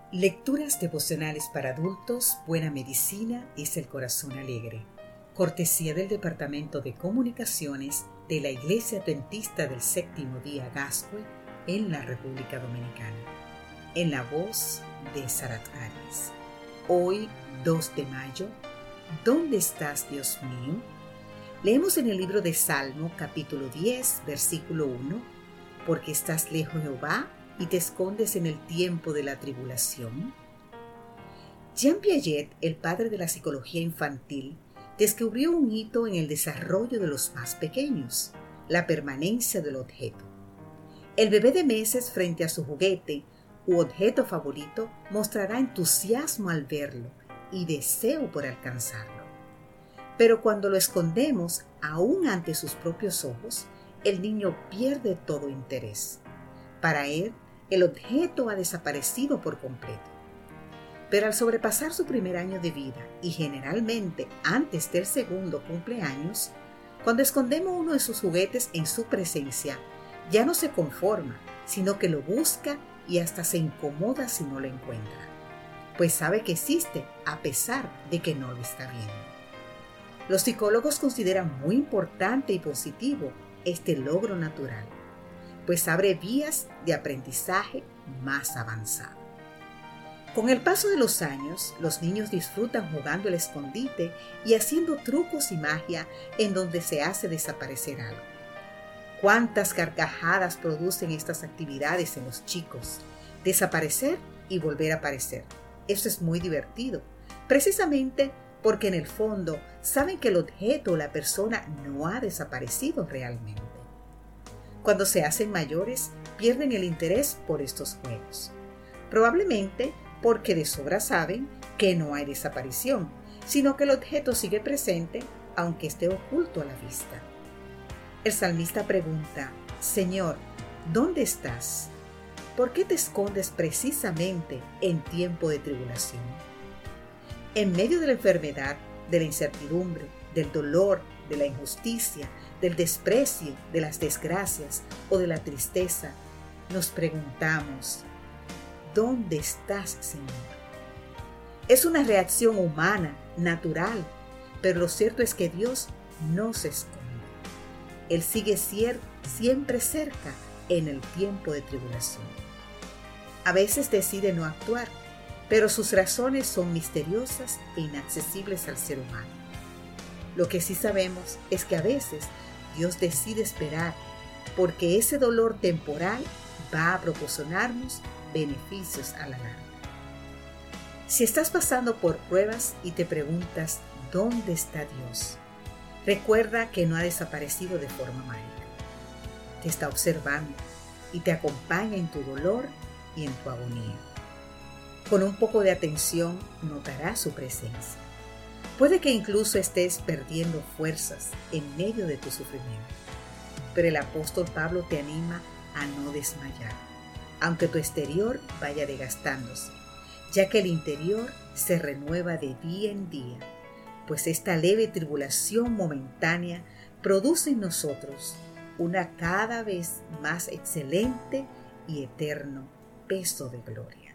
Lecturas devocionales para adultos, Buena Medicina es el Corazón Alegre. Cortesía del Departamento de Comunicaciones de la Iglesia Adventista del Séptimo Día Gascue en la República Dominicana. En la voz de Sarat Arias. Hoy, 2 de mayo, ¿dónde estás, Dios mío? Leemos en el libro de Salmo, capítulo 10, versículo 1, porque estás lejos, Jehová, y te escondes en el tiempo de la tribulación. Jean Piaget, el padre de la psicología infantil, descubrió un hito en el desarrollo de los más pequeños, la permanencia del objeto. El bebé de meses frente a su juguete u objeto favorito mostrará entusiasmo al verlo y deseo por alcanzarlo. Pero cuando lo escondemos aún ante sus propios ojos, el niño pierde todo interés. Para él, el objeto ha desaparecido por completo. Pero al sobrepasar su primer año de vida y generalmente antes del segundo cumpleaños, cuando escondemos uno de sus juguetes en su presencia, ya no se conforma, sino que lo busca y hasta se incomoda si no lo encuentra, pues sabe que existe a pesar de que no lo está viendo. Los psicólogos consideran muy importante y positivo este logro natural, pues abre vías de aprendizaje más avanzado. Con el paso de los años, los niños disfrutan jugando el escondite y haciendo trucos y magia en donde se hace desaparecer algo. ¿Cuántas carcajadas producen estas actividades en los chicos? Desaparecer y volver a aparecer. Eso es muy divertido, precisamente porque en el fondo saben que el objeto o la persona no ha desaparecido realmente. Cuando se hacen mayores, pierden el interés por estos juegos. Probablemente porque de sobra saben que no hay desaparición, sino que el objeto sigue presente aunque esté oculto a la vista. El salmista pregunta: Señor, ¿dónde estás? ¿Por qué te escondes precisamente en tiempo de tribulación? En medio de la enfermedad, de la incertidumbre, del dolor, de la injusticia, del desprecio, de las desgracias o de la tristeza, nos preguntamos: ¿dónde estás, Señor? Es una reacción humana, natural, pero lo cierto es que Dios no se esconde. Él sigue siempre cerca en el tiempo de tribulación. A veces decide no actuar, pero sus razones son misteriosas e inaccesibles al ser humano. Lo que sí sabemos es que a veces Dios decide esperar, porque ese dolor temporal va a proporcionarnos beneficios a la larga. Si estás pasando por pruebas y te preguntas ¿dónde está Dios?, recuerda que no ha desaparecido de forma mágica. Te está observando y te acompaña en tu dolor y en tu agonía. Con un poco de atención notarás su presencia. Puede que incluso estés perdiendo fuerzas en medio de tu sufrimiento, pero el apóstol Pablo te anima a no desmayar, aunque tu exterior vaya desgastándose, ya que el interior se renueva de día en día, pues esta leve tribulación momentánea produce en nosotros una cada vez más excelente y eterno peso de gloria.